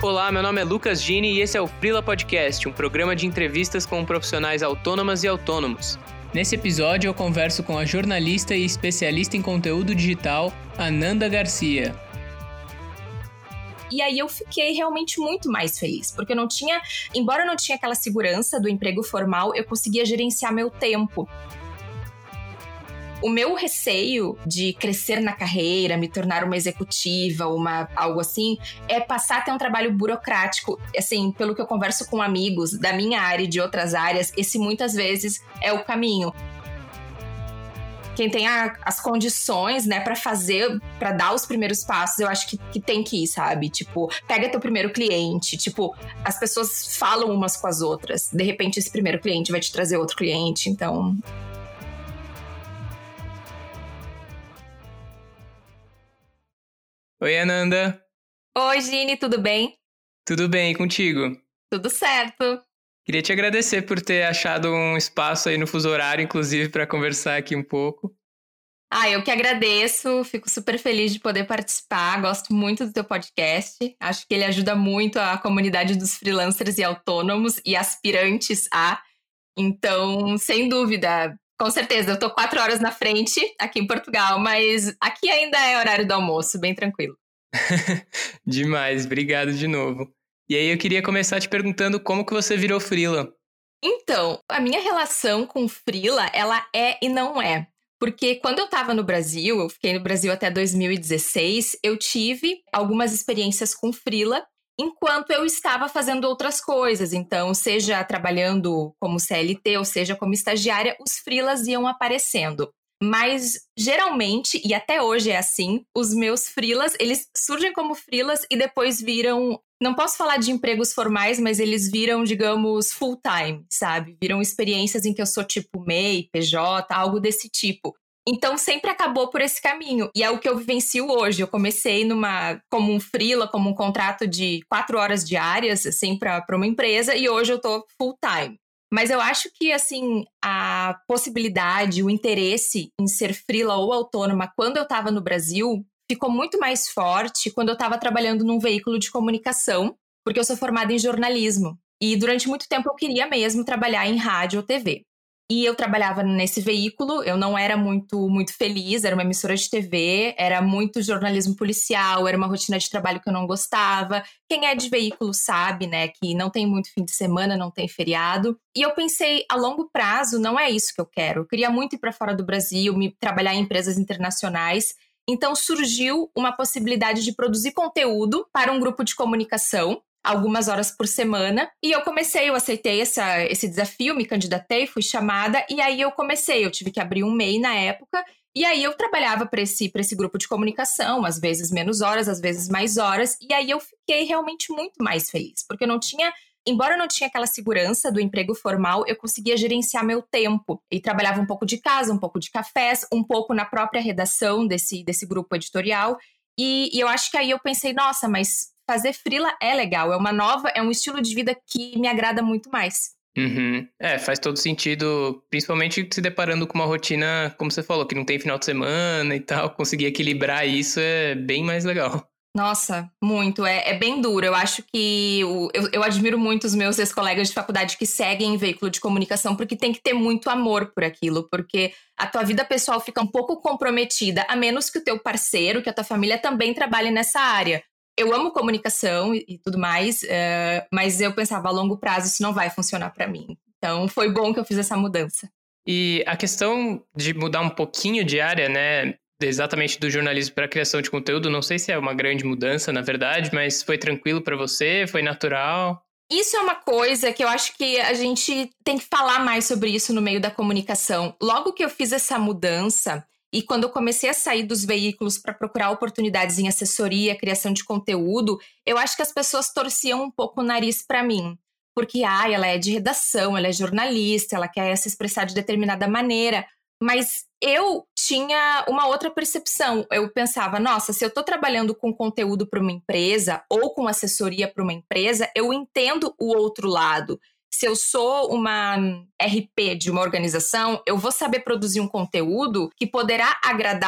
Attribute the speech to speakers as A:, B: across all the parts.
A: Olá, meu nome é Lucas Gini e esse é o Freela Podcast, um programa de entrevistas com profissionais autônomas e autônomos. Nesse episódio eu converso com a jornalista e especialista em conteúdo digital, Ananda Garcia.
B: E aí eu fiquei realmente muito mais feliz, porque embora eu não tinha aquela segurança do emprego formal, eu conseguia gerenciar meu tempo. O meu receio de crescer na carreira, me tornar uma executiva, algo assim, é passar a ter um trabalho burocrático. Assim, pelo que eu converso com amigos da minha área e de outras áreas, esse muitas vezes é o caminho. Quem tem as condições, né, para dar os primeiros passos, eu acho que tem que ir, sabe? Tipo, pega teu primeiro cliente, tipo, as pessoas falam umas com as outras. De repente, esse primeiro cliente vai te trazer outro cliente, então...
A: Oi, Ananda.
B: Oi, Gini, tudo bem?
A: Tudo bem, e contigo?
B: Tudo certo.
A: Queria te agradecer por ter achado um espaço aí no fuso horário, inclusive, para conversar aqui um pouco.
B: Eu que agradeço, fico super feliz de poder participar, gosto muito do teu podcast, acho que ele ajuda muito a comunidade dos freelancers e autônomos e aspirantes a, então, sem dúvida, com certeza, eu tô 4 horas na frente aqui em Portugal, mas aqui ainda é horário do almoço, bem tranquilo.
A: Demais, obrigado de novo. E aí eu queria começar te perguntando como que você virou freela.
B: Então, a minha relação com freela, ela é e não é. Porque quando eu estava no Brasil, eu fiquei no Brasil até 2016, eu tive algumas experiências com freela enquanto eu estava fazendo outras coisas. Então, seja trabalhando como CLT ou seja como estagiária, os freelas iam aparecendo. Mas, geralmente, e até hoje é assim, os meus freelas, eles surgem como freelas e depois viram... Não posso falar de empregos formais, mas eles viram, digamos, full time, sabe? Viram experiências em que eu sou tipo MEI, PJ, algo desse tipo. Então, sempre acabou por esse caminho. E é o que eu vivencio hoje. Eu comecei como um freela, como um contrato de 4 horas diárias, assim, para uma empresa, e hoje eu tô full time. Mas eu acho que, assim, a possibilidade, o interesse em ser freela ou autônoma quando eu estava no Brasil ficou muito mais forte quando eu estava trabalhando num veículo de comunicação, porque eu sou formada em jornalismo. E durante muito tempo eu queria mesmo trabalhar em rádio ou TV. E eu trabalhava nesse veículo, eu não era muito feliz, era uma emissora de TV, era muito jornalismo policial, era uma rotina de trabalho que eu não gostava. Quem é de veículo sabe, né, que não tem muito fim de semana, não tem feriado. E eu pensei, a longo prazo, não é isso que eu quero. Eu queria muito ir para fora do Brasil, trabalhar em empresas internacionais. Então surgiu uma possibilidade de produzir conteúdo para um grupo de comunicação, algumas horas por semana, e eu aceitei esse desafio, me candidatei, fui chamada, e aí eu tive que abrir um MEI na época, e aí eu trabalhava para esse grupo de comunicação, às vezes menos horas, às vezes mais horas, e aí eu fiquei realmente muito mais feliz, porque embora eu não tinha aquela segurança do emprego formal, eu conseguia gerenciar meu tempo. E trabalhava um pouco de casa, um pouco de cafés, um pouco na própria redação desse grupo editorial. E eu acho que aí eu pensei, nossa, mas fazer freela é legal, é um estilo de vida que me agrada muito mais.
A: Uhum. Faz todo sentido, principalmente se deparando com uma rotina, como você falou, que não tem final de semana e tal, conseguir equilibrar isso é bem mais legal.
B: Nossa, muito. É bem duro. Eu acho que eu admiro muito os meus ex-colegas de faculdade que seguem em veículo de comunicação, porque tem que ter muito amor por aquilo, porque a tua vida pessoal fica um pouco comprometida, a menos que o teu parceiro, que a tua família também trabalhe nessa área. Eu amo comunicação e tudo mais, mas eu pensava, a longo prazo isso não vai funcionar para mim. Então foi bom que eu fiz essa mudança.
A: E a questão de mudar um pouquinho de área, né? Exatamente do jornalismo para a criação de conteúdo, não sei se é uma grande mudança, na verdade, mas foi tranquilo para você? Foi natural?
B: Isso é uma coisa que eu acho que a gente tem que falar mais sobre isso no meio da comunicação. Logo que eu fiz essa mudança e quando eu comecei a sair dos veículos para procurar oportunidades em assessoria, criação de conteúdo, eu acho que as pessoas torciam um pouco o nariz para mim. Porque, ela é de redação, ela é jornalista, ela quer se expressar de determinada maneira. Mas eu tinha uma outra percepção. Eu pensava, nossa, se eu estou trabalhando com conteúdo para uma empresa ou com assessoria para uma empresa, eu entendo o outro lado. Se eu sou uma RP de uma organização, eu vou saber produzir um conteúdo que poderá agradar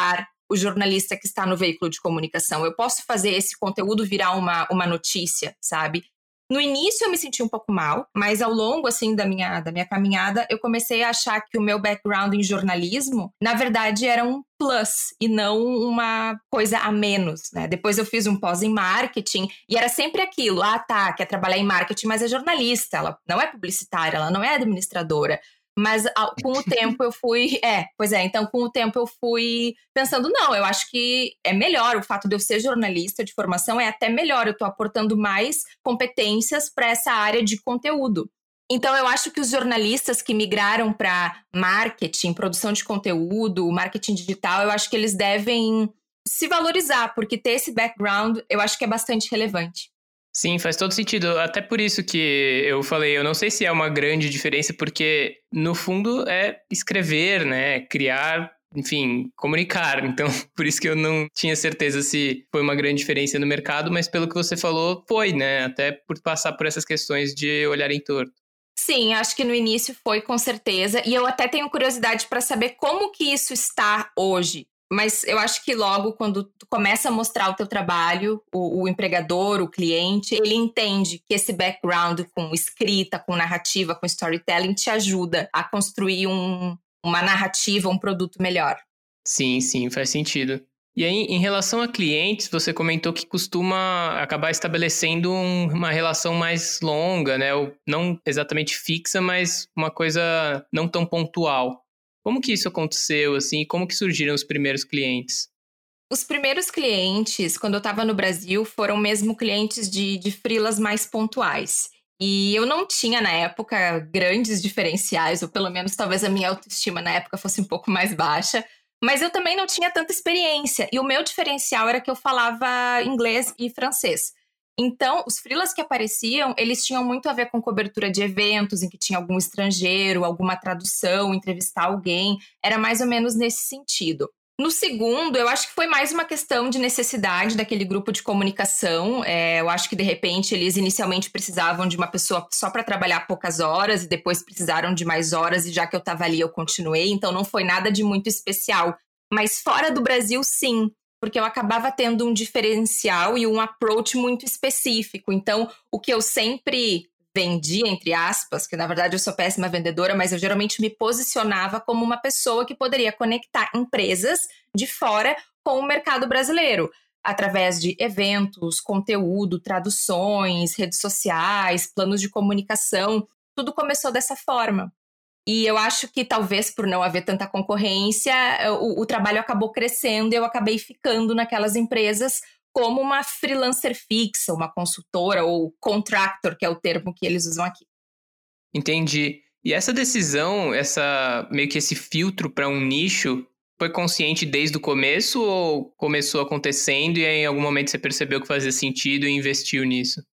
B: o jornalista que está no veículo de comunicação. Eu posso fazer esse conteúdo virar uma notícia, sabe? No início eu me senti um pouco mal, mas ao longo, assim, da minha caminhada, eu comecei a achar que o meu background em jornalismo, na verdade, era um plus e não uma coisa a menos, né? Depois eu fiz um pós em marketing e era sempre aquilo, quer trabalhar em marketing, mas é jornalista, ela não é publicitária, ela não é administradora. Mas com o tempo eu fui... então com o tempo eu fui pensando, não, eu acho que é melhor, o fato de eu ser jornalista de formação é até melhor, eu tô aportando mais competências para essa área de conteúdo. Então eu acho que os jornalistas que migraram para marketing, produção de conteúdo, marketing digital, eu acho que eles devem se valorizar, porque ter esse background eu acho que é bastante relevante.
A: Sim, faz todo sentido. Até por isso que eu falei, eu não sei se é uma grande diferença, porque no fundo é escrever, né? Criar, enfim, comunicar. Então, por isso que eu não tinha certeza se foi uma grande diferença no mercado, mas pelo que você falou, foi, né? Até por passar por essas questões de olhar em torno.
B: Sim, acho que no início foi, com certeza. E eu até tenho curiosidade para saber como que isso está hoje. Mas eu acho que logo, quando tu começa a mostrar o teu trabalho, o empregador, o cliente, ele entende que esse background com escrita, com narrativa, com storytelling te ajuda a construir uma narrativa, um produto melhor.
A: Sim, faz sentido. E aí, em relação a clientes, você comentou que costuma acabar estabelecendo uma relação mais longa, né? Ou não exatamente fixa, mas uma coisa não tão pontual. Como que isso aconteceu, assim? Como que surgiram os primeiros clientes?
B: Os primeiros clientes, quando eu estava no Brasil, foram mesmo clientes de freelas mais pontuais. E eu não tinha, na época, grandes diferenciais, ou pelo menos talvez a minha autoestima na época fosse um pouco mais baixa. Mas eu também não tinha tanta experiência. E o meu diferencial era que eu falava inglês e francês. Então, os freelas que apareciam, eles tinham muito a ver com cobertura de eventos, em que tinha algum estrangeiro, alguma tradução, entrevistar alguém. Era mais ou menos nesse sentido. No segundo, eu acho que foi mais uma questão de necessidade daquele grupo de comunicação. Eu acho que, de repente, eles inicialmente precisavam de uma pessoa só para trabalhar poucas horas e depois precisaram de mais horas e já que eu estava ali, eu continuei. Então, não foi nada de muito especial. Mas fora do Brasil, sim, porque eu acabava tendo um diferencial e um approach muito específico. Então, o que eu sempre vendi, entre aspas, que na verdade eu sou péssima vendedora, mas eu geralmente me posicionava como uma pessoa que poderia conectar empresas de fora com o mercado brasileiro, através de eventos, conteúdo, traduções, redes sociais, planos de comunicação. Tudo começou dessa forma. E eu acho que talvez por não haver tanta concorrência, o trabalho acabou crescendo e eu acabei ficando naquelas empresas como uma freelancer fixa, uma consultora ou contractor, que é o termo que eles usam aqui.
A: Entendi. E essa decisão, meio que esse filtro para um nicho, foi consciente desde o começo ou começou acontecendo e aí em algum momento você percebeu que fazia sentido e investiu nisso?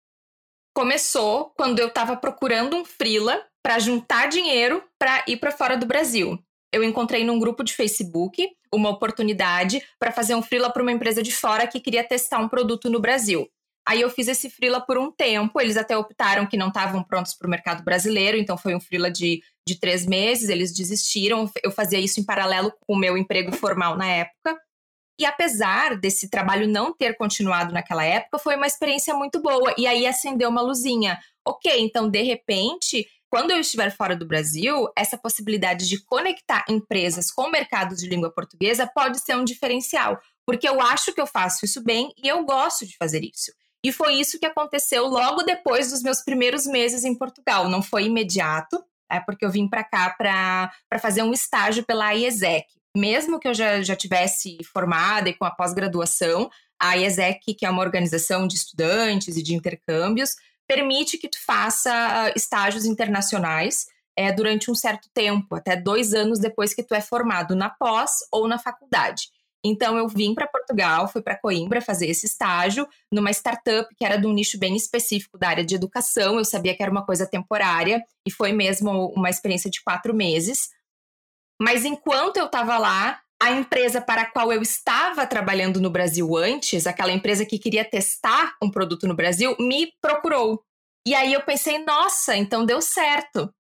B: Começou quando eu estava procurando um freela para juntar dinheiro para ir para fora do Brasil. Eu encontrei num grupo de Facebook uma oportunidade para fazer um freela para uma empresa de fora que queria testar um produto no Brasil. Aí eu fiz esse freela por um tempo, eles até optaram que não estavam prontos para o mercado brasileiro, então foi um freela de 3 meses, eles desistiram, eu fazia isso em paralelo com o meu emprego formal na época. E apesar desse trabalho não ter continuado naquela época, foi uma experiência muito boa. E aí acendeu uma luzinha. Ok, então de repente, quando eu estiver fora do Brasil, essa possibilidade de conectar empresas com mercados de língua portuguesa pode ser um diferencial. Porque eu acho que eu faço isso bem e eu gosto de fazer isso. E foi isso que aconteceu logo depois dos meus primeiros meses em Portugal. Não foi imediato, porque eu vim para cá para fazer um estágio pela IESEC. Mesmo que eu já tivesse formada e com a pós-graduação, a IESEC, que é uma organização de estudantes e de intercâmbios, permite que tu faça estágios internacionais durante um certo tempo, até 2 anos depois que tu é formado na pós ou na faculdade. Então, eu vim para Portugal, fui para Coimbra fazer esse estágio numa startup que era de um nicho bem específico da área de educação. Eu sabia que era uma coisa temporária e foi mesmo uma experiência de 4 meses. Mas enquanto eu estava lá, a empresa para a qual eu estava trabalhando no Brasil antes, aquela empresa que queria testar um produto no Brasil, me procurou. E aí eu pensei, nossa, então deu certo.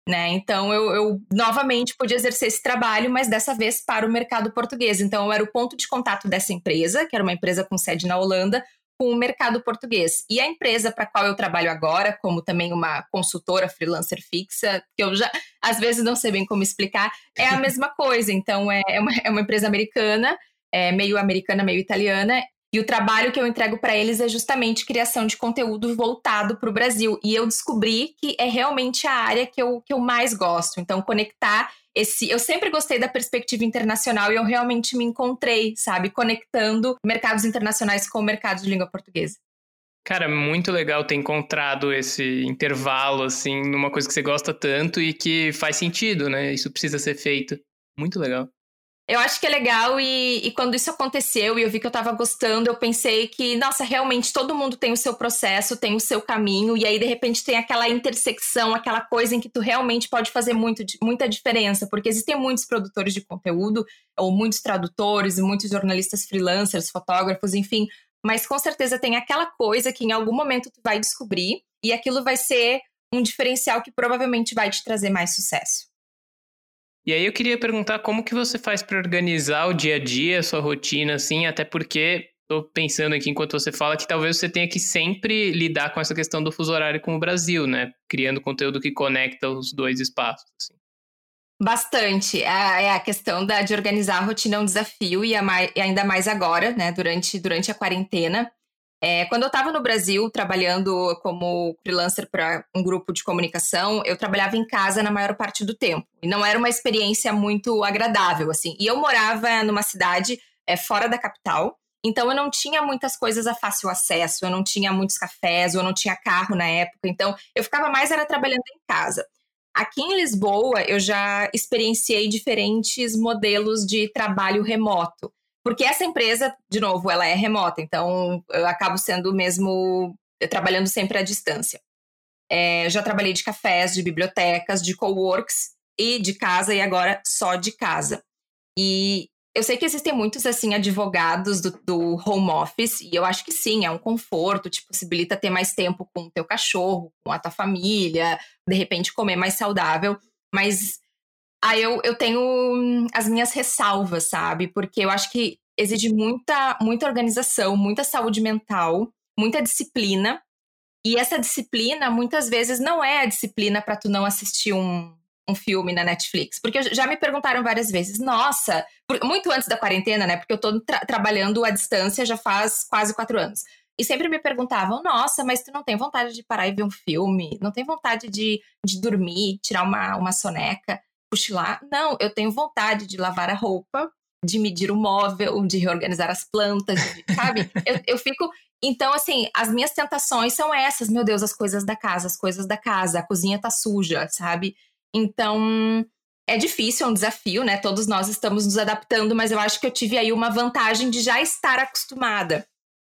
B: né? Então, eu novamente pude exercer esse trabalho, mas dessa vez para o mercado português. Então, eu era o ponto de contato dessa empresa, que era uma empresa com sede na Holanda, com o mercado português. E a empresa para a qual eu trabalho agora, como também uma consultora freelancer fixa, que eu já, às vezes, não sei bem como explicar, é a mesma coisa. Então, é uma empresa americana, meio americana, meio italiana, e o trabalho que eu entrego para eles é justamente criação de conteúdo voltado para o Brasil. E eu descobri que é realmente a área que eu mais gosto. Então, conectar eu sempre gostei da perspectiva internacional e eu realmente me encontrei, sabe, conectando mercados internacionais com o mercado de língua portuguesa.
A: Cara, muito legal ter encontrado esse intervalo, assim, numa coisa que você gosta tanto e que faz sentido, né? Isso precisa ser feito. Muito legal.
B: Eu acho que é legal e quando isso aconteceu e eu vi que eu tava gostando, eu pensei que, nossa, realmente todo mundo tem o seu processo, tem o seu caminho, e aí de repente tem aquela intersecção, aquela coisa em que tu realmente pode fazer muita diferença, porque existem muitos produtores de conteúdo, ou muitos tradutores, muitos jornalistas freelancers, fotógrafos, enfim, mas com certeza tem aquela coisa que em algum momento tu vai descobrir e aquilo vai ser um diferencial que provavelmente vai te trazer mais sucesso.
A: E aí eu queria perguntar como que você faz para organizar o dia a dia, a sua rotina, assim, até porque estou pensando aqui enquanto você fala que talvez você tenha que sempre lidar com essa questão do fuso horário com o Brasil, né? Criando conteúdo que conecta os dois espaços, assim.
B: Bastante. A questão de organizar a rotina é um desafio e ainda mais agora, né, durante a quarentena. Quando eu estava no Brasil, trabalhando como freelancer para um grupo de comunicação, eu trabalhava em casa na maior parte do tempo. E não era uma experiência muito agradável, assim. E eu morava numa cidade fora da capital, então eu não tinha muitas coisas a fácil acesso, eu não tinha muitos cafés, eu não tinha carro na época, então eu ficava mais era trabalhando em casa. Aqui em Lisboa, eu já experienciei diferentes modelos de trabalho remoto. Porque essa empresa, de novo, ela é remota, então eu acabo sendo mesmo trabalhando sempre à distância. Já trabalhei de cafés, de bibliotecas, de coworks e de casa, e agora só de casa. E eu sei que existem muitos, assim, advogados do home office, e eu acho que sim, é um conforto, te possibilita ter mais tempo com o teu cachorro, com a tua família, de repente comer mais saudável, mas aí eu tenho as minhas ressalvas, sabe? Porque eu acho que exige muita organização, muita saúde mental, muita disciplina. E essa disciplina, muitas vezes, não é a disciplina para tu não assistir um filme na Netflix. Porque já me perguntaram várias vezes, nossa, muito antes da quarentena, né? Porque eu tô trabalhando à distância já faz quase 4 anos. E sempre me perguntavam, nossa, mas tu não tem vontade de parar e ver um filme? Não tem vontade de dormir, tirar uma soneca? Cochilar. Não, eu tenho vontade de lavar a roupa, de medir o móvel, de reorganizar as plantas, sabe? Eu fico... Então, assim, as minhas tentações são essas. Meu Deus, as coisas da casa, a cozinha tá suja, sabe? Então, é difícil, é um desafio, né? Todos nós estamos nos adaptando, mas eu acho que eu tive aí uma vantagem de já estar acostumada.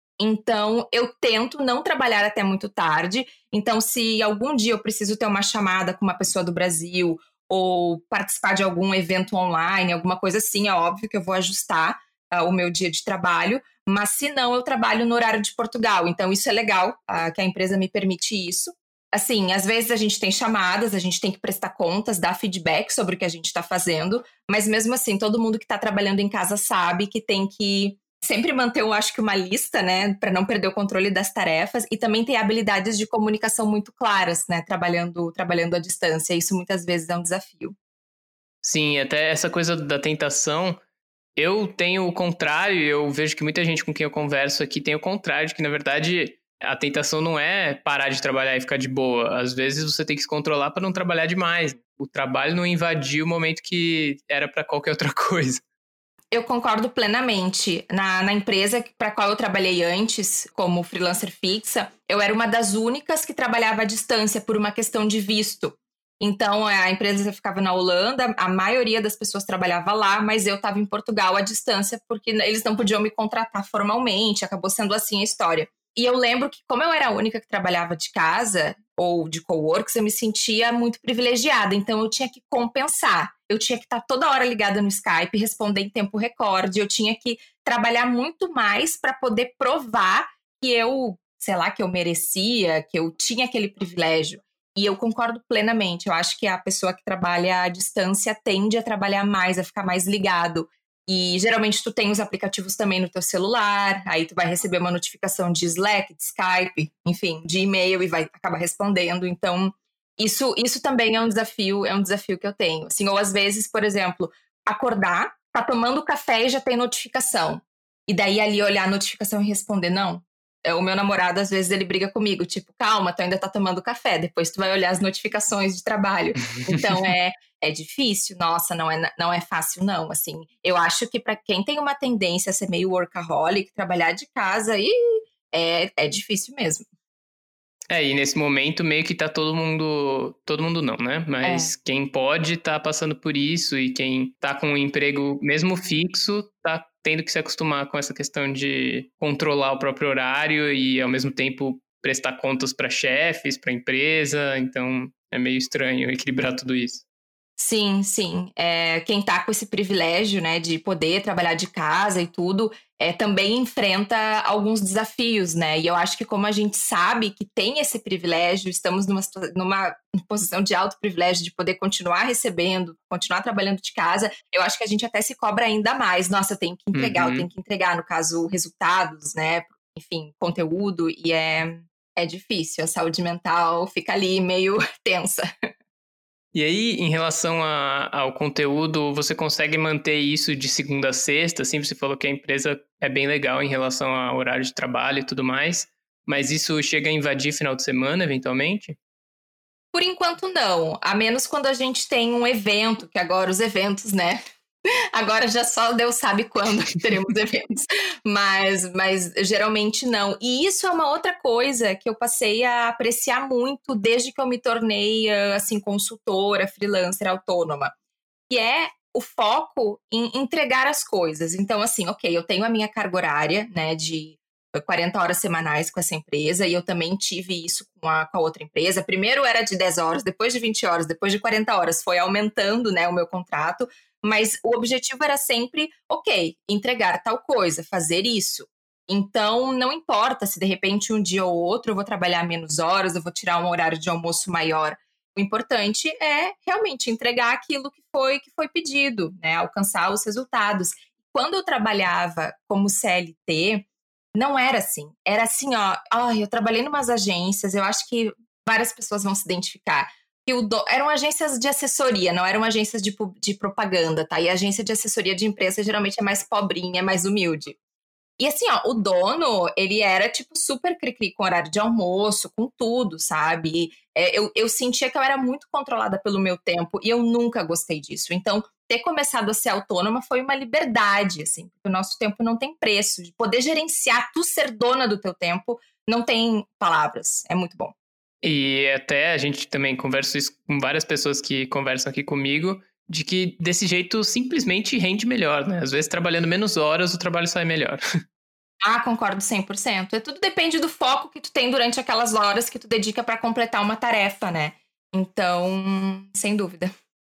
B: Então, eu tento não trabalhar até muito tarde. Então, se algum dia eu preciso ter uma chamada com uma pessoa do Brasil ou participar de algum evento online, alguma coisa assim, é óbvio que eu vou ajustar o meu dia de trabalho, mas se não, eu trabalho no horário de Portugal, então isso é legal, que a empresa me permite isso. Assim, às vezes a gente tem chamadas, a gente tem que prestar contas, dar feedback sobre o que a gente está fazendo, mas mesmo assim, todo mundo que está trabalhando em casa sabe que tem que sempre manter, eu acho que uma lista, né, para não perder o controle das tarefas e também ter habilidades de comunicação muito claras, né, trabalhando à distância. Isso muitas vezes é um desafio.
A: Sim, até essa coisa da tentação, eu tenho o contrário, eu vejo que muita gente com quem eu converso aqui tem o contrário, de que na verdade a tentação não é parar de trabalhar e ficar de boa. Às vezes você tem que se controlar para não trabalhar demais. O trabalho não invadir o momento que era para qualquer outra coisa.
B: Eu concordo plenamente. Na empresa para a qual eu trabalhei antes, como freelancer fixa, eu era uma das únicas que trabalhava à distância por uma questão de visto. Então, a empresa ficava na Holanda, a maioria das pessoas trabalhava lá, mas eu estava em Portugal à distância porque eles não podiam me contratar formalmente, acabou sendo assim a história. E eu lembro que, como eu era a única que trabalhava de casa ou de coworks, eu me sentia muito privilegiada, então eu tinha que compensar. Eu tinha que estar toda hora ligada no Skype, responder em tempo recorde, eu tinha que trabalhar muito mais para poder provar que eu, sei lá, que eu merecia, que eu tinha aquele privilégio. E eu concordo plenamente. Eu acho que a pessoa que trabalha à distância tende a trabalhar mais, a ficar mais ligado. E geralmente tu tem os aplicativos também no teu celular, aí tu vai receber uma notificação de Slack, de Skype, enfim, de e-mail e vai acabar respondendo. Então, isso também é um desafio que eu tenho. Assim, ou às vezes, por exemplo, acordar, tá tomando café e já tem notificação. E daí ali olhar a notificação e responder, não. O meu namorado, às vezes, ele briga comigo, tipo, calma, tu ainda tá tomando café, depois tu vai olhar as notificações de trabalho. Então, é difícil, nossa, não é fácil não, assim. Eu acho que para quem tem uma tendência a ser meio workaholic, trabalhar de casa, é difícil mesmo.
A: E nesse momento meio que tá todo mundo não, né? Mas quem pode tá passando por isso e quem tá com um emprego mesmo fixo tá tendo que se acostumar com essa questão de controlar o próprio horário e ao mesmo tempo prestar contas para chefes, para empresa, então é meio estranho equilibrar tudo isso.
B: Sim, sim. Quem tá com esse privilégio, né, de poder trabalhar de casa e tudo, também enfrenta alguns desafios, né? E eu acho que como a gente sabe que tem esse privilégio, estamos numa posição de alto privilégio de poder continuar recebendo, continuar trabalhando de casa, eu acho que a gente até se cobra ainda mais. Nossa, eu tenho que entregar, eu tenho que entregar, no caso, resultados, né? Enfim, conteúdo, e é difícil. A saúde mental fica ali meio tensa.
A: E aí, em relação ao conteúdo, você consegue manter isso de segunda a sexta? Assim, você falou que a empresa é bem legal em relação ao horário de trabalho e tudo mais, mas isso chega a invadir final de semana, eventualmente?
B: Por enquanto, não. A menos quando a gente tem um evento, que agora os eventos, né? Agora já só Deus sabe quando teremos eventos. Mas geralmente não. E isso é uma outra coisa que eu passei a apreciar muito desde que eu me tornei, assim, consultora, freelancer, autônoma. Que é o foco em entregar as coisas. Então, assim, ok, eu tenho a minha carga horária, né, de 40 horas semanais com essa empresa, e eu também tive isso com a outra empresa. Primeiro era de 10 horas, depois de 20 horas, depois de 40 horas, foi aumentando, né, o meu contrato, mas o objetivo era sempre, ok, entregar tal coisa, fazer isso. Então, não importa se de repente um dia ou outro eu vou trabalhar menos horas, eu vou tirar um horário de almoço maior. O importante é realmente entregar aquilo que foi pedido, né? Alcançar os resultados. Quando eu trabalhava como CLT, não era assim. Era assim, ó, eu trabalhei em umas agências, eu acho que várias pessoas vão se identificar. Que eram agências de assessoria, não eram agências de propaganda, tá? E a agência de assessoria de empresa geralmente é mais pobrinha, é mais humilde. E assim, ó, o dono, ele era, tipo, super cri-cri com horário de almoço, com tudo, sabe? Eu sentia que eu era muito controlada pelo meu tempo e eu nunca gostei disso. Então, ter começado a ser autônoma foi uma liberdade, assim, porque o nosso tempo não tem preço. De poder gerenciar, tu ser dona do teu tempo, não tem palavras. É muito bom.
A: E até a gente também conversa isso com várias pessoas que conversam aqui comigo, de que desse jeito simplesmente rende melhor, né? Às vezes trabalhando menos horas, o trabalho sai melhor.
B: Ah, concordo 100%. Tudo depende do foco que tu tem durante aquelas horas que tu dedica para completar uma tarefa, né? Então, sem dúvida.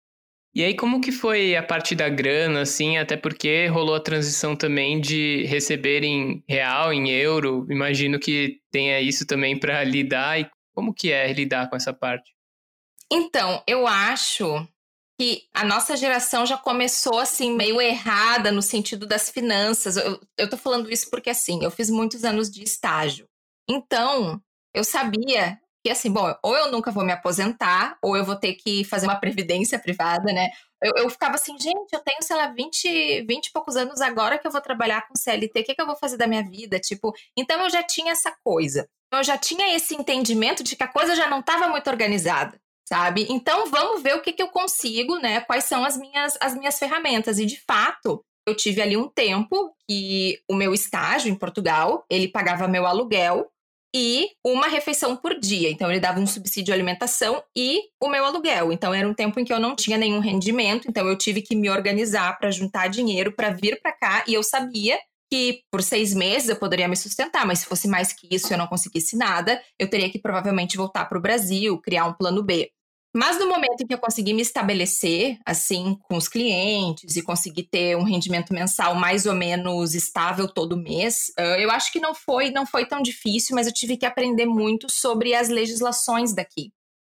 A: E aí, como que foi a parte da grana, assim, até porque rolou a transição também de receber em real, em euro, imagino que tenha isso também para lidar, e como que é lidar com essa parte?
B: Então, eu acho que a nossa geração já começou assim meio errada no sentido das finanças. Eu tô falando isso porque assim, eu fiz muitos anos de estágio. Então, eu sabia que assim, bom, ou eu nunca vou me aposentar, ou eu vou ter que fazer uma previdência privada, né? Eu ficava assim, gente, eu tenho, sei lá, 20 e poucos anos agora que eu vou trabalhar com CLT, o que eu vou fazer da minha vida? Tipo, então eu já tinha essa coisa. Eu já tinha esse entendimento de que a coisa já não estava muito organizada, sabe? Então vamos ver o que eu consigo, né? Quais são as minhas ferramentas. E de fato, eu tive ali um tempo que o meu estágio em Portugal, ele pagava meu aluguel e uma refeição por dia. Então ele dava um subsídio de alimentação e o meu aluguel. Então era um tempo em que eu não tinha nenhum rendimento, então eu tive que me organizar para juntar dinheiro para vir para cá, e eu sabia que por 6 meses eu poderia me sustentar, mas se fosse mais que isso e eu não conseguisse nada, eu teria que provavelmente voltar para o Brasil, criar um plano B. Mas no momento em que eu consegui me estabelecer, assim, com os clientes e conseguir ter um rendimento mensal mais ou menos estável todo mês, eu acho que não foi tão difícil, mas eu tive que aprender muito sobre as legislações daqui.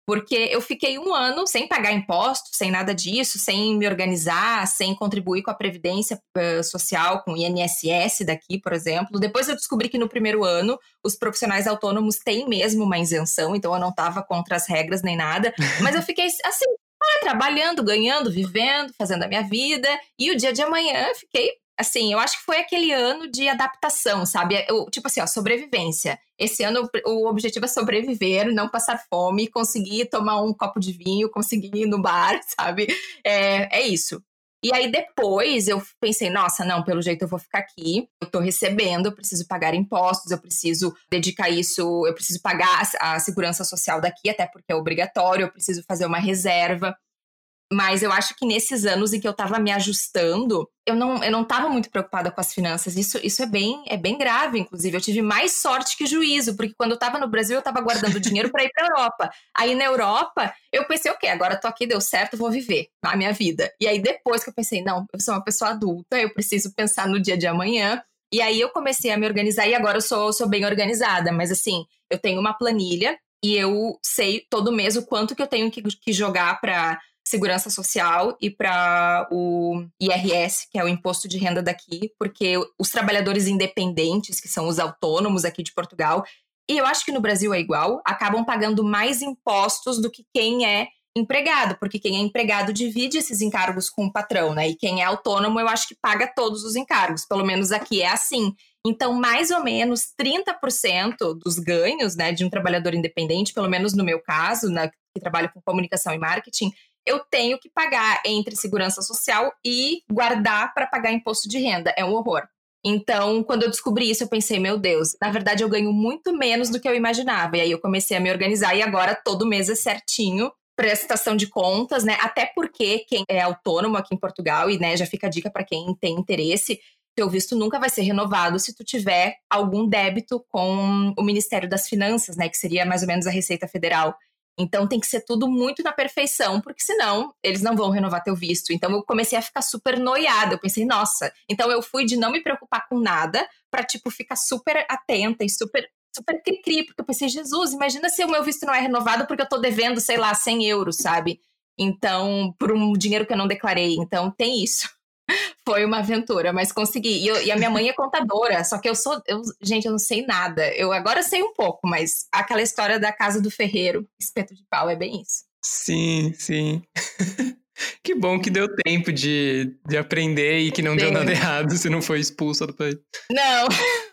B: Porque eu fiquei 1 ano sem pagar impostos, sem nada disso, sem me organizar, sem contribuir com a Previdência Social, com o INSS daqui, por exemplo. Depois eu descobri que no primeiro ano os profissionais autônomos têm mesmo uma isenção, então eu não estava contra as regras nem nada. Mas eu fiquei assim, trabalhando, ganhando, vivendo, fazendo a minha vida. E o dia de amanhã eu fiquei... Assim, eu acho que foi aquele ano de adaptação, sabe? Tipo assim, sobrevivência. Esse ano o objetivo é sobreviver, não passar fome, conseguir tomar um copo de vinho, conseguir ir no bar, sabe? É isso. E aí depois eu pensei, nossa, não, pelo jeito eu vou ficar aqui, eu tô recebendo, eu preciso pagar impostos, eu preciso dedicar isso, eu preciso pagar a segurança social daqui, até porque é obrigatório, eu preciso fazer uma reserva. Mas eu acho que nesses anos em que eu tava me ajustando, eu não tava muito preocupada com as finanças. Isso é bem grave, inclusive. Eu tive mais sorte que juízo, porque quando eu tava no Brasil, eu tava guardando dinheiro para ir pra Europa. Aí na Europa, eu pensei, ok, agora eu tô aqui, deu certo, vou viver a minha vida. E aí depois que eu pensei, não, eu sou uma pessoa adulta, eu preciso pensar no dia de amanhã. E aí eu comecei a me organizar e agora eu sou bem organizada. Mas assim, eu tenho uma planilha e eu sei todo mês o quanto que eu tenho que jogar para Segurança Social e para o IRS, que é o imposto de renda daqui, porque os trabalhadores independentes, que são os autônomos aqui de Portugal, e eu acho que no Brasil é igual, acabam pagando mais impostos do que quem é empregado, porque quem é empregado divide esses encargos com o patrão, né? E quem é autônomo, eu acho que paga todos os encargos, pelo menos aqui é assim. Então, mais ou menos 30% dos ganhos, né, de um trabalhador independente, pelo menos no meu caso, né, que trabalho com comunicação e marketing, eu tenho que pagar entre segurança social e guardar para pagar imposto de renda. É um horror. Então, quando eu descobri isso, eu pensei, meu Deus, na verdade eu ganho muito menos do que eu imaginava. E aí eu comecei a me organizar e agora todo mês é certinho, prestação de contas, né? Até porque quem é autônomo aqui em Portugal, e né, já fica a dica para quem tem interesse, teu visto nunca vai ser renovado se tu tiver algum débito com o Ministério das Finanças, né? Que seria mais ou menos a Receita Federal. Então tem que ser tudo muito na perfeição, porque senão eles não vão renovar teu visto. Então eu comecei a ficar super noiada, eu pensei, nossa. Então eu fui de não me preocupar com nada pra, tipo, ficar super atenta e super cri-cri, porque eu pensei, Jesus, imagina se o meu visto não é renovado porque eu tô devendo, sei lá, 100 euros, sabe? Então, por um dinheiro que eu não declarei. Então tem isso. Foi uma aventura, mas consegui. E a minha mãe é contadora, só que gente, eu não sei nada. Eu agora sei um pouco, mas aquela história da casa do ferreiro, espeto de pau, é bem isso.
A: Sim, sim. Que bom que deu tempo de aprender e que não deu nada errado, se não foi expulso do país.
B: Não.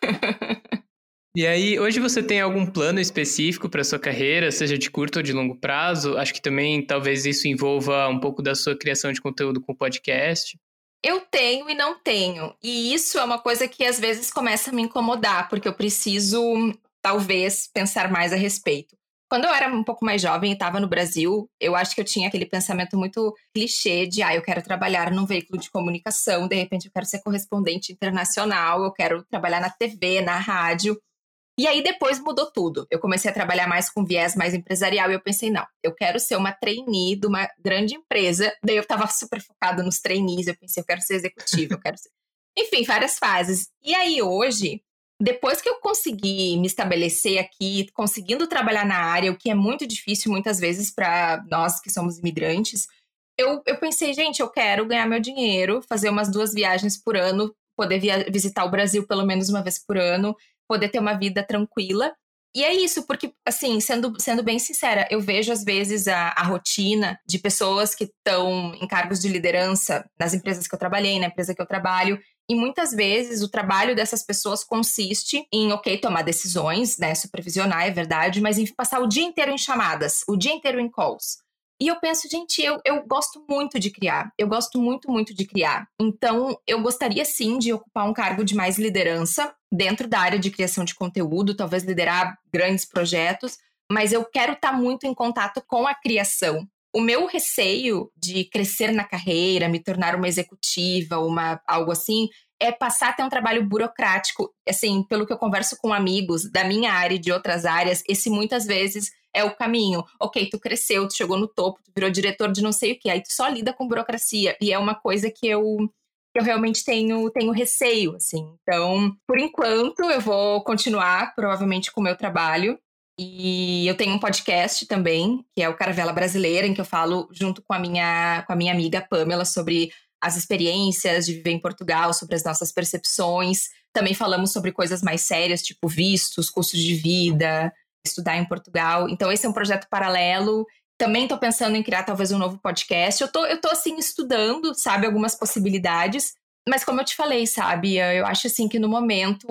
A: E aí, hoje você tem algum plano específico para sua carreira, seja de curto ou de longo prazo? Acho que também talvez isso envolva um pouco da sua criação de conteúdo com podcast.
B: Eu tenho e não tenho. E isso é uma coisa que às vezes começa a me incomodar, porque eu preciso, talvez, pensar mais a respeito. Quando eu era um pouco mais jovem e estava no Brasil, eu acho que eu tinha aquele pensamento muito clichê de, eu quero trabalhar num veículo de comunicação, de repente eu quero ser correspondente internacional, eu quero trabalhar na TV, na rádio. E aí depois mudou tudo. Eu comecei a trabalhar mais com viés mais empresarial e eu pensei, não, eu quero ser uma trainee de uma grande empresa. Daí eu estava super focada nos trainees, eu pensei, eu quero ser executiva, eu quero ser... Enfim, várias fases. E aí hoje, depois que eu consegui me estabelecer aqui, conseguindo trabalhar na área, o que é muito difícil muitas vezes para nós que somos imigrantes, eu pensei, gente, eu quero ganhar meu dinheiro, fazer umas 2 viagens por ano, poder visitar o Brasil pelo menos uma vez por ano, poder ter uma vida tranquila. E é isso, porque, assim, sendo bem sincera, eu vejo, às vezes, a rotina de pessoas que estão em cargos de liderança nas empresas que eu trabalhei, na empresa que eu trabalho, e muitas vezes o trabalho dessas pessoas consiste em, tomar decisões, né, supervisionar, é verdade, mas em passar o dia inteiro em chamadas, o dia inteiro em calls. E eu penso, gente, eu gosto muito de criar. Eu gosto muito, muito de criar. Então, eu gostaria sim de ocupar um cargo de mais liderança dentro da área de criação de conteúdo, talvez liderar grandes projetos, mas eu quero estar muito em contato com a criação. O meu receio de crescer na carreira, me tornar uma executiva, algo assim, é passar a ter um trabalho burocrático. Assim, pelo que eu converso com amigos da minha área e de outras áreas, esse muitas vezes é o caminho. Ok, tu cresceu, tu chegou no topo, tu virou diretor de não sei o quê, aí tu só lida com burocracia. E é uma coisa que eu realmente tenho receio, assim. Então, por enquanto, eu vou continuar, provavelmente, com o meu trabalho. E eu tenho um podcast também, que é o Caravela Brasileira, em que eu falo junto com a minha amiga Pamela sobre as experiências de viver em Portugal, sobre as nossas percepções. Também falamos sobre coisas mais sérias, tipo vistos, custos de vida, estudar em Portugal. Então esse é um projeto paralelo. Também estou pensando em criar talvez um novo podcast. Eu tô assim estudando, sabe, algumas possibilidades. Mas como eu te falei, sabe, eu acho assim que no momento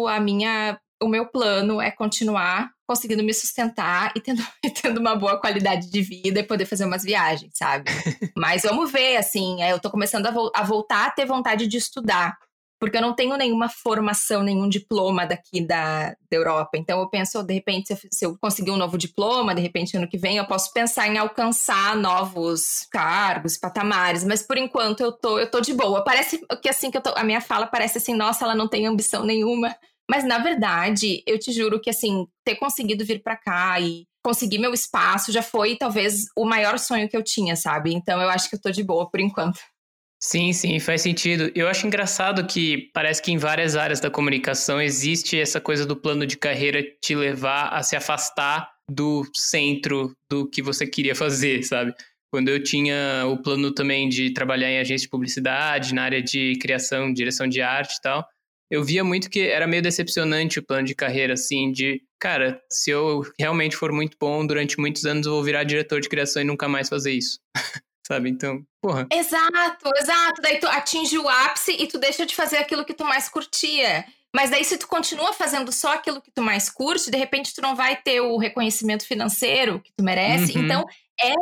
B: o meu plano é continuar conseguindo me sustentar e tendo uma boa qualidade de vida e poder fazer umas viagens, sabe? Mas vamos ver, assim, eu tô começando a voltar a ter vontade de estudar, porque eu não tenho nenhuma formação, nenhum diploma daqui da Europa. Então eu penso, de repente, se eu conseguir um novo diploma, de repente ano que vem eu posso pensar em alcançar novos cargos, patamares, mas por enquanto eu tô de boa. Parece que assim, a minha fala parece assim, nossa, ela não tem ambição nenhuma. Mas, na verdade, eu te juro que, assim, ter conseguido vir pra cá e conseguir meu espaço já foi, talvez, o maior sonho que eu tinha, sabe? Então, eu acho que eu tô de boa por enquanto.
A: Sim, sim, faz sentido. Eu acho engraçado que parece que em várias áreas da comunicação existe essa coisa do plano de carreira te levar a se afastar do centro do que você queria fazer, sabe? Quando eu tinha o plano também de trabalhar em agência de publicidade, na área de criação, direção de arte e tal, eu via muito que era meio decepcionante o plano de carreira, assim, de, cara, se eu realmente for muito bom, durante muitos anos eu vou virar diretor de criação e nunca mais fazer isso, sabe? Então, porra.
B: Exato. Daí tu atinge o ápice e tu deixa de fazer aquilo que tu mais curtia. Mas daí se tu continua fazendo só aquilo que tu mais curte, de repente tu não vai ter o reconhecimento financeiro que tu merece.
A: Uhum.
B: Então,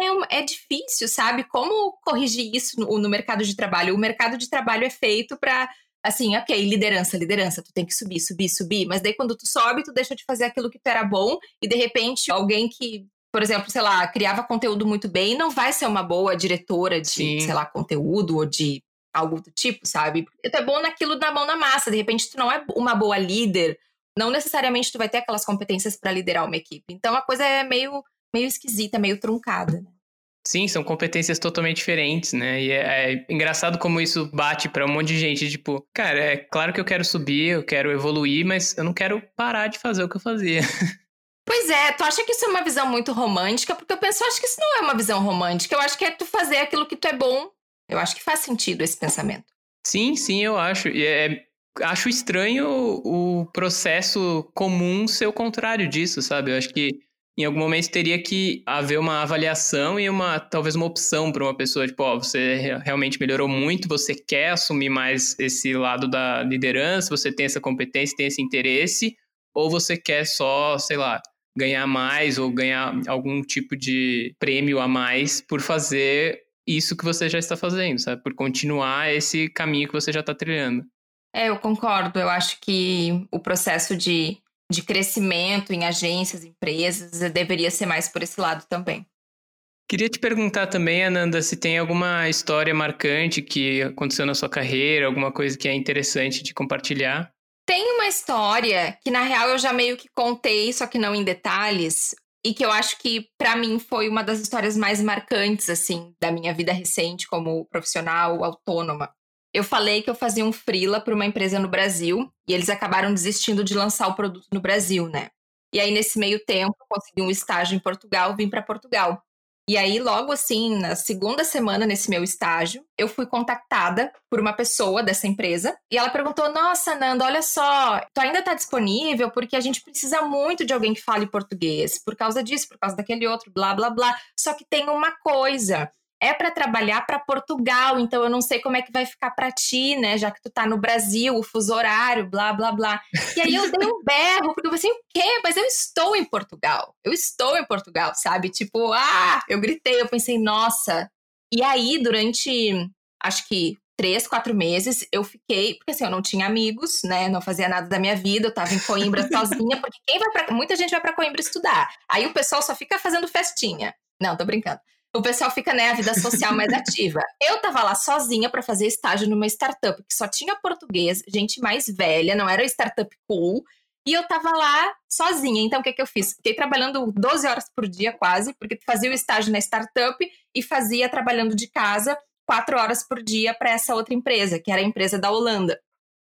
B: é difícil, sabe? Como corrigir isso no mercado de trabalho? O mercado de trabalho é feito pra... Assim, ok, liderança, tu tem que subir. Mas daí quando tu sobe, tu deixa de fazer aquilo que tu era bom e de repente alguém que, por exemplo, sei lá, criava conteúdo muito bem, não vai ser uma boa diretora de, sei
A: Sim.
B: lá, conteúdo ou de algo do tipo, sabe? Porque tu é bom naquilo da mão na massa, de repente tu não é uma boa líder, não necessariamente tu vai ter aquelas competências para liderar uma equipe. Então a coisa é meio esquisita, meio truncada, né?
A: Sim, são competências totalmente diferentes, né? E é engraçado como isso bate pra um monte de gente, tipo, cara, é claro que eu quero subir, eu quero evoluir, mas eu não quero parar de fazer o que eu fazia.
B: Pois é, tu acha que isso é uma visão muito romântica? Porque eu penso, eu acho que isso não é uma visão romântica, eu acho que é tu fazer aquilo que tu é bom. Eu acho que faz sentido esse pensamento.
A: Sim, sim, eu acho. Acho estranho o processo comum ser o contrário disso, sabe? Eu acho que em algum momento teria que haver uma avaliação e talvez uma opção para uma pessoa, tipo, ó, você realmente melhorou muito, você quer assumir mais esse lado da liderança, você tem essa competência, tem esse interesse, ou você quer só, sei lá, ganhar mais ou ganhar algum tipo de prêmio a mais por fazer isso que você já está fazendo, sabe? Por continuar esse caminho que você já está trilhando.
B: Eu concordo. Eu acho que o processo de crescimento em agências, empresas, deveria ser mais por esse lado também.
A: Queria te perguntar também, Ananda, se tem alguma história marcante que aconteceu na sua carreira, alguma coisa que é interessante de compartilhar.
B: Tem uma história que, na real, eu já meio que contei, só que não em detalhes, e que eu acho que, pra mim, foi uma das histórias mais marcantes, assim, da minha vida recente como profissional autônoma. Eu falei que eu fazia um freela para uma empresa no Brasil, e eles acabaram desistindo de lançar o produto no Brasil, né? E aí, nesse meio tempo, eu consegui um estágio em Portugal, vim para Portugal. E aí, logo assim, na segunda semana nesse meu estágio, eu fui contactada por uma pessoa dessa empresa e ela perguntou: Nossa, Nanda, olha só, tu ainda tá disponível porque a gente precisa muito de alguém que fale português, por causa disso, por causa daquele outro, blá, blá, blá. Só que tem uma coisa. É para trabalhar para Portugal, então eu não sei como é que vai ficar para ti, né? Já que tu tá no Brasil, o fuso horário, blá, blá, blá. E aí eu dei um berro, porque eu pensei, o quê? Mas eu estou em Portugal. Eu estou em Portugal, sabe? Tipo, eu gritei, eu pensei, nossa. E aí, durante, acho que 3, 4 meses, eu fiquei, porque assim, eu não tinha amigos, né? Não fazia nada da minha vida, eu tava em Coimbra sozinha, porque muita gente vai para Coimbra estudar. Aí o pessoal só fica fazendo festinha. Não, tô brincando. O pessoal fica, né, a vida social mais ativa. Eu tava lá sozinha para fazer estágio numa startup que só tinha português, gente mais velha, não era startup cool. E eu tava lá sozinha. Então, o que eu fiz? Fiquei trabalhando 12 horas por dia quase, porque fazia o estágio na startup e fazia trabalhando de casa 4 horas por dia para essa outra empresa, que era a empresa da Holanda.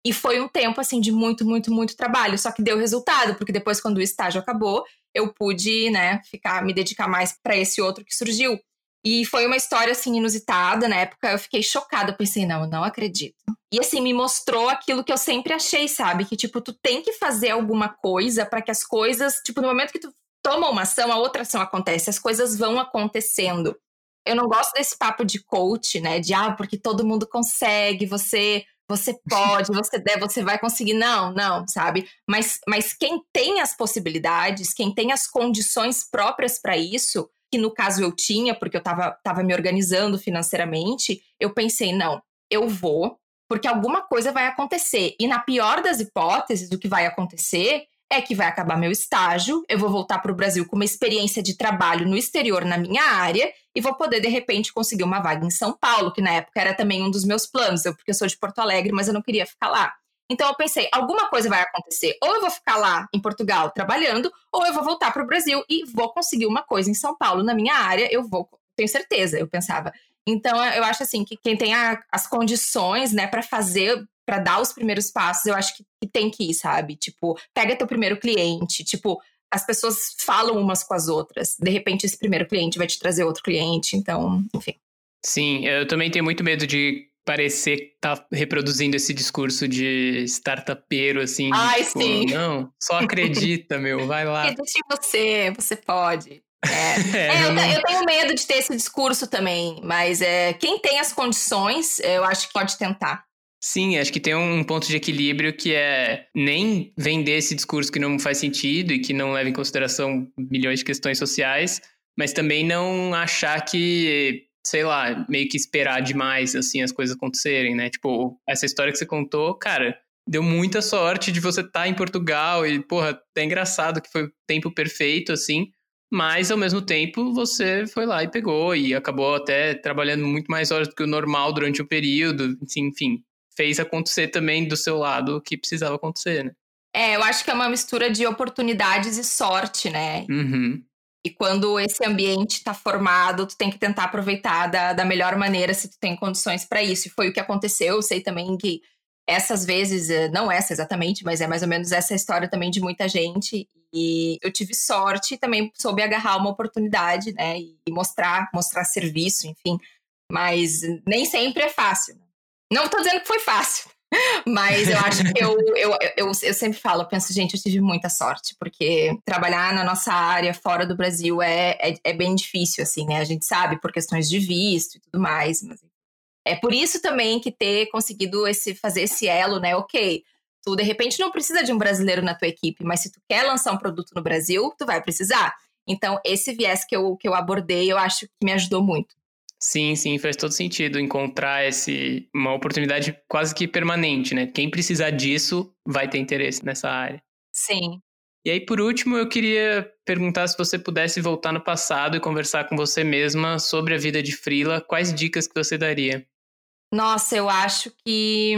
B: E foi um tempo, assim, de muito, muito, muito trabalho. Só que deu resultado, porque depois, quando o estágio acabou, eu pude, né, me dedicar mais para esse outro que surgiu. E foi uma história, assim, inusitada. Na época, eu fiquei chocada. Eu pensei, não acredito. E, assim, me mostrou aquilo que eu sempre achei, sabe? Que, tipo, tu tem que fazer alguma coisa para que as coisas... Tipo, no momento que tu toma uma ação, a outra ação acontece. As coisas vão acontecendo. Eu não gosto desse papo de coach, né? De, porque todo mundo consegue, você pode, você vai conseguir. Não, sabe? Mas quem tem as possibilidades, quem tem as condições próprias para isso, que no caso eu tinha, porque eu tava me organizando financeiramente, eu pensei, não, eu vou, porque alguma coisa vai acontecer. E na pior das hipóteses, o que vai acontecer é que vai acabar meu estágio, eu vou voltar para o Brasil com uma experiência de trabalho no exterior na minha área e vou poder, de repente, conseguir uma vaga em São Paulo, que na época era também um dos meus planos, porque eu sou de Porto Alegre, mas eu não queria ficar lá. Então eu pensei, alguma coisa vai acontecer, ou eu vou ficar lá em Portugal trabalhando, ou eu vou voltar para o Brasil e vou conseguir uma coisa em São Paulo na minha área, tenho certeza, eu pensava. Então eu acho assim, que quem tem as condições, né, para dar os primeiros passos, eu acho que tem que ir, sabe? Tipo, pega teu primeiro cliente, tipo, as pessoas falam umas com as outras. De repente, esse primeiro cliente vai te trazer outro cliente, então, enfim.
A: Sim, eu também tenho muito medo de parecer estar reproduzindo esse discurso de startupeiro, assim,
B: Ai,
A: tipo,
B: sim.
A: não, só acredita, meu, vai lá.
B: Acredite em você pode.
A: não...
B: Eu tenho medo de ter esse discurso também, mas quem tem as condições, eu acho que pode tentar.
A: Sim, acho que tem um ponto de equilíbrio que é nem vender esse discurso que não faz sentido e que não leva em consideração milhões de questões sociais, mas também não achar que, sei lá, meio que esperar demais, assim, as coisas acontecerem, né? Tipo, essa história que você contou, cara, deu muita sorte de você estar em Portugal e, porra, é engraçado que foi o tempo perfeito, assim, mas ao mesmo tempo você foi lá e pegou e acabou até trabalhando muito mais horas do que o normal durante o período, enfim. Fez acontecer também do seu lado o que precisava acontecer, né?
B: Eu acho que é uma mistura de oportunidades e sorte, né?
A: Uhum.
B: E quando esse ambiente está formado, tu tem que tentar aproveitar da melhor maneira se tu tem condições para isso. E foi o que aconteceu. Eu sei também que essas vezes, não essa exatamente, mas é mais ou menos essa história também de muita gente. E eu tive sorte e também soube agarrar uma oportunidade, né? E mostrar serviço, enfim. Mas nem sempre é fácil. Não tô dizendo que foi fácil, mas eu acho que eu sempre falo, eu penso, gente, eu tive muita sorte, porque trabalhar na nossa área fora do Brasil é bem difícil, assim, né? A gente sabe por questões de visto e tudo mais, mas é por isso também que ter conseguido fazer esse elo, né? Ok, tu de repente não precisa de um brasileiro na tua equipe, mas se tu quer lançar um produto no Brasil, tu vai precisar. Então, esse viés que eu abordei, eu acho que me ajudou muito.
A: Sim, faz todo sentido encontrar uma oportunidade quase que permanente, né? Quem precisar disso vai ter interesse nessa área.
B: Sim.
A: E aí, por último, eu queria perguntar se você pudesse voltar no passado e conversar com você mesma sobre a vida de freela, quais dicas que você daria?
B: Nossa, eu acho que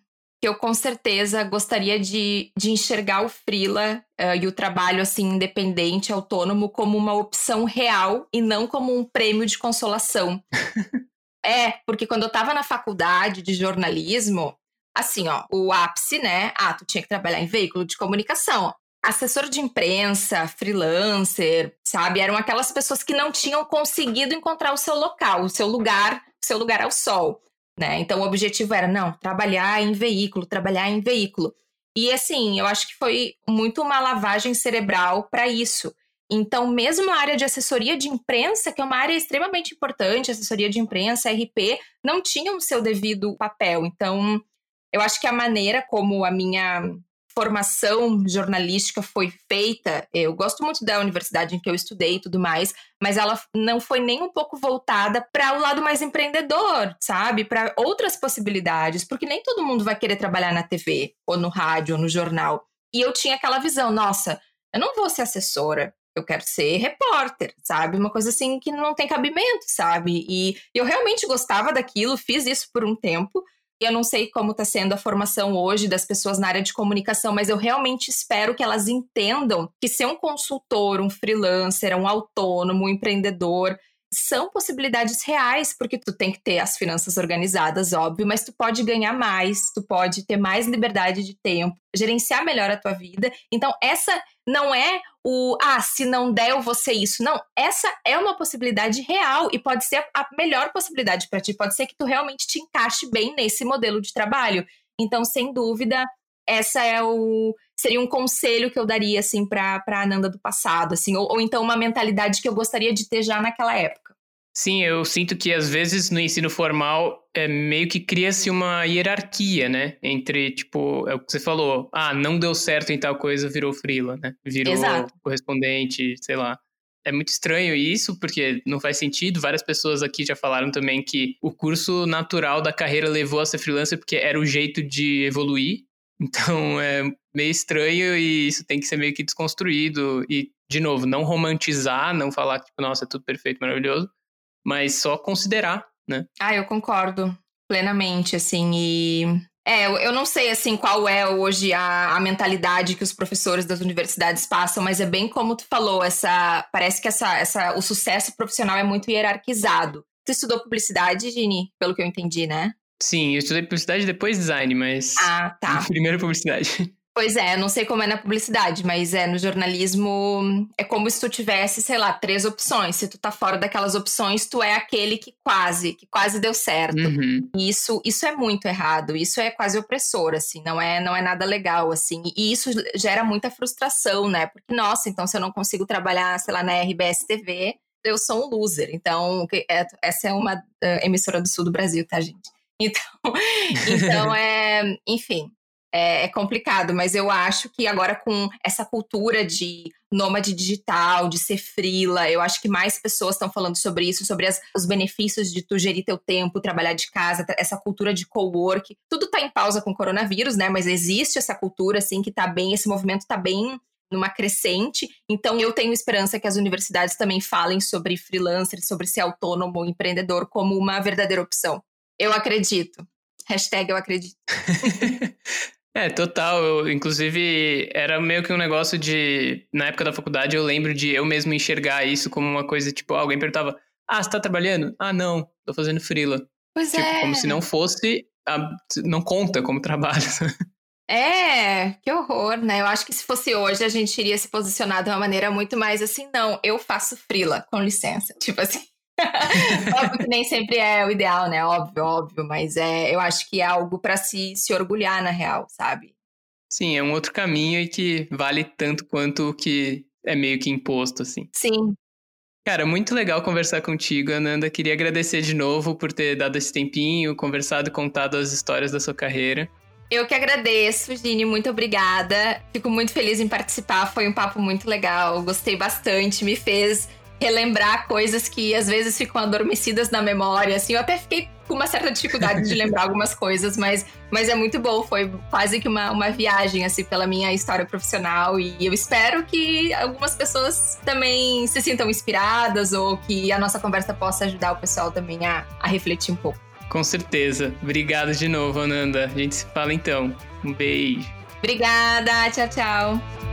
B: eu com certeza gostaria de enxergar o freela e o trabalho assim independente, autônomo, como uma opção real e não como um prêmio de consolação. Porque quando eu estava na faculdade de jornalismo, assim, ó, o ápice, né? Tu tinha que trabalhar em veículo de comunicação. Assessor de imprensa, freelancer, sabe? Eram aquelas pessoas que não tinham conseguido encontrar o seu local, o seu lugar ao sol. Né? Então, o objetivo era, não, trabalhar em veículo. E, assim, eu acho que foi muito uma lavagem cerebral para isso. Então, mesmo a área de assessoria de imprensa, que é uma área extremamente importante, assessoria de imprensa, RP, não tinham o seu devido papel. Então, eu acho que a maneira como a minha formação jornalística foi feita, eu gosto muito da universidade em que eu estudei e tudo mais, mas ela não foi nem um pouco voltada para o lado mais empreendedor, sabe? Para outras possibilidades, porque nem todo mundo vai querer trabalhar na TV, ou no rádio, ou no jornal. E eu tinha aquela visão, nossa, eu não vou ser assessora, eu quero ser repórter, sabe? Uma coisa assim que não tem cabimento, sabe? E eu realmente gostava daquilo, fiz isso por um tempo. Eu não sei como está sendo a formação hoje das pessoas na área de comunicação, mas eu realmente espero que elas entendam que ser um consultor, um freelancer, um autônomo, um empreendedor, são possibilidades reais, porque tu tem que ter as finanças organizadas, óbvio, mas tu pode ganhar mais, tu pode ter mais liberdade de tempo, gerenciar melhor a tua vida. Então, essa não é se não der eu vou ser isso. Não, essa é uma possibilidade real e pode ser a melhor possibilidade para ti. Pode ser que tu realmente te encaixe bem nesse modelo de trabalho. Então, sem dúvida, seria um conselho que eu daria, assim, pra Ananda do passado, assim, ou então uma mentalidade que eu gostaria de ter já naquela época.
A: Sim, eu sinto que às vezes no ensino formal meio que cria-se uma hierarquia, né? Entre, tipo, é o que você falou, não deu certo em tal coisa, virou freela, né? Virou
B: Exato.
A: correspondente, sei lá. É muito estranho isso, porque não faz sentido. Várias pessoas aqui já falaram também que o curso natural da carreira levou a ser freelancer porque era o jeito de evoluir. Então é meio estranho e isso tem que ser meio que desconstruído. E, de novo, não romantizar, não falar que, tipo, nossa, é tudo perfeito, maravilhoso, mas só considerar, né?
B: Eu concordo plenamente, assim, eu não sei, assim, qual é hoje a mentalidade que os professores das universidades passam, mas é bem como tu falou, parece que o sucesso profissional é muito hierarquizado. Tu estudou publicidade, Gini? Pelo que eu entendi, né?
A: Sim, eu estudei publicidade e depois design, mas
B: tá.
A: Primeiro publicidade.
B: Pois é, eu não sei como é na publicidade, mas no jornalismo é como se tu tivesse, sei lá, 3 opções. Se tu tá fora daquelas opções, tu é aquele que quase deu certo.
A: Uhum.
B: E isso é muito errado, isso é quase opressor, assim, não é nada legal, assim. E isso gera muita frustração, né? Porque, nossa, então se eu não consigo trabalhar, sei lá, na RBS TV, eu sou um loser. Então, essa é uma emissora do sul do Brasil, tá, gente? Então enfim... É complicado, mas eu acho que agora com essa cultura de nômade digital, de ser freela, eu acho que mais pessoas estão falando sobre isso, sobre os benefícios de tu gerir teu tempo, trabalhar de casa, essa cultura de cowork. Tudo tá em pausa com o coronavírus, né? Mas existe essa cultura, assim, que tá bem, esse movimento tá bem numa crescente. Então, eu tenho esperança que as universidades também falem sobre freelancer, sobre ser autônomo, empreendedor, como uma verdadeira opção. Eu acredito. #eu acredito.
A: Total. Inclusive, era meio que um negócio de... Na época da faculdade, eu lembro de eu mesmo enxergar isso como uma coisa, tipo, alguém perguntava, você tá trabalhando? Não, tô fazendo freela.
B: Pois é.
A: Como se não fosse... não conta como trabalho.
B: Que horror, né? Eu acho que se fosse hoje, a gente iria se posicionar de uma maneira muito mais assim, não, eu faço freela, com licença. Tipo assim... Óbvio que nem sempre é o ideal, né? Óbvio, mas eu acho que é algo pra se orgulhar na real, sabe?
A: Sim, é um outro caminho e que vale tanto quanto o que é meio que imposto, assim.
B: Sim.
A: Cara, muito legal conversar contigo, Ananda. Queria agradecer de novo por ter dado esse tempinho, conversado e contado as histórias da sua carreira.
B: Eu que agradeço, Gini, muito obrigada. Fico muito feliz em participar, foi um papo muito legal, gostei bastante, me fez relembrar coisas que às vezes ficam adormecidas na memória, assim, eu até fiquei com uma certa dificuldade de lembrar algumas coisas, mas é muito bom, foi quase que uma viagem, assim, pela minha história profissional, e eu espero que algumas pessoas também se sintam inspiradas, ou que a nossa conversa possa ajudar o pessoal também a refletir um pouco.
A: Com certeza. Obrigado de novo, Ananda. A gente se fala então. Um beijo.
B: Obrigada, tchau, tchau.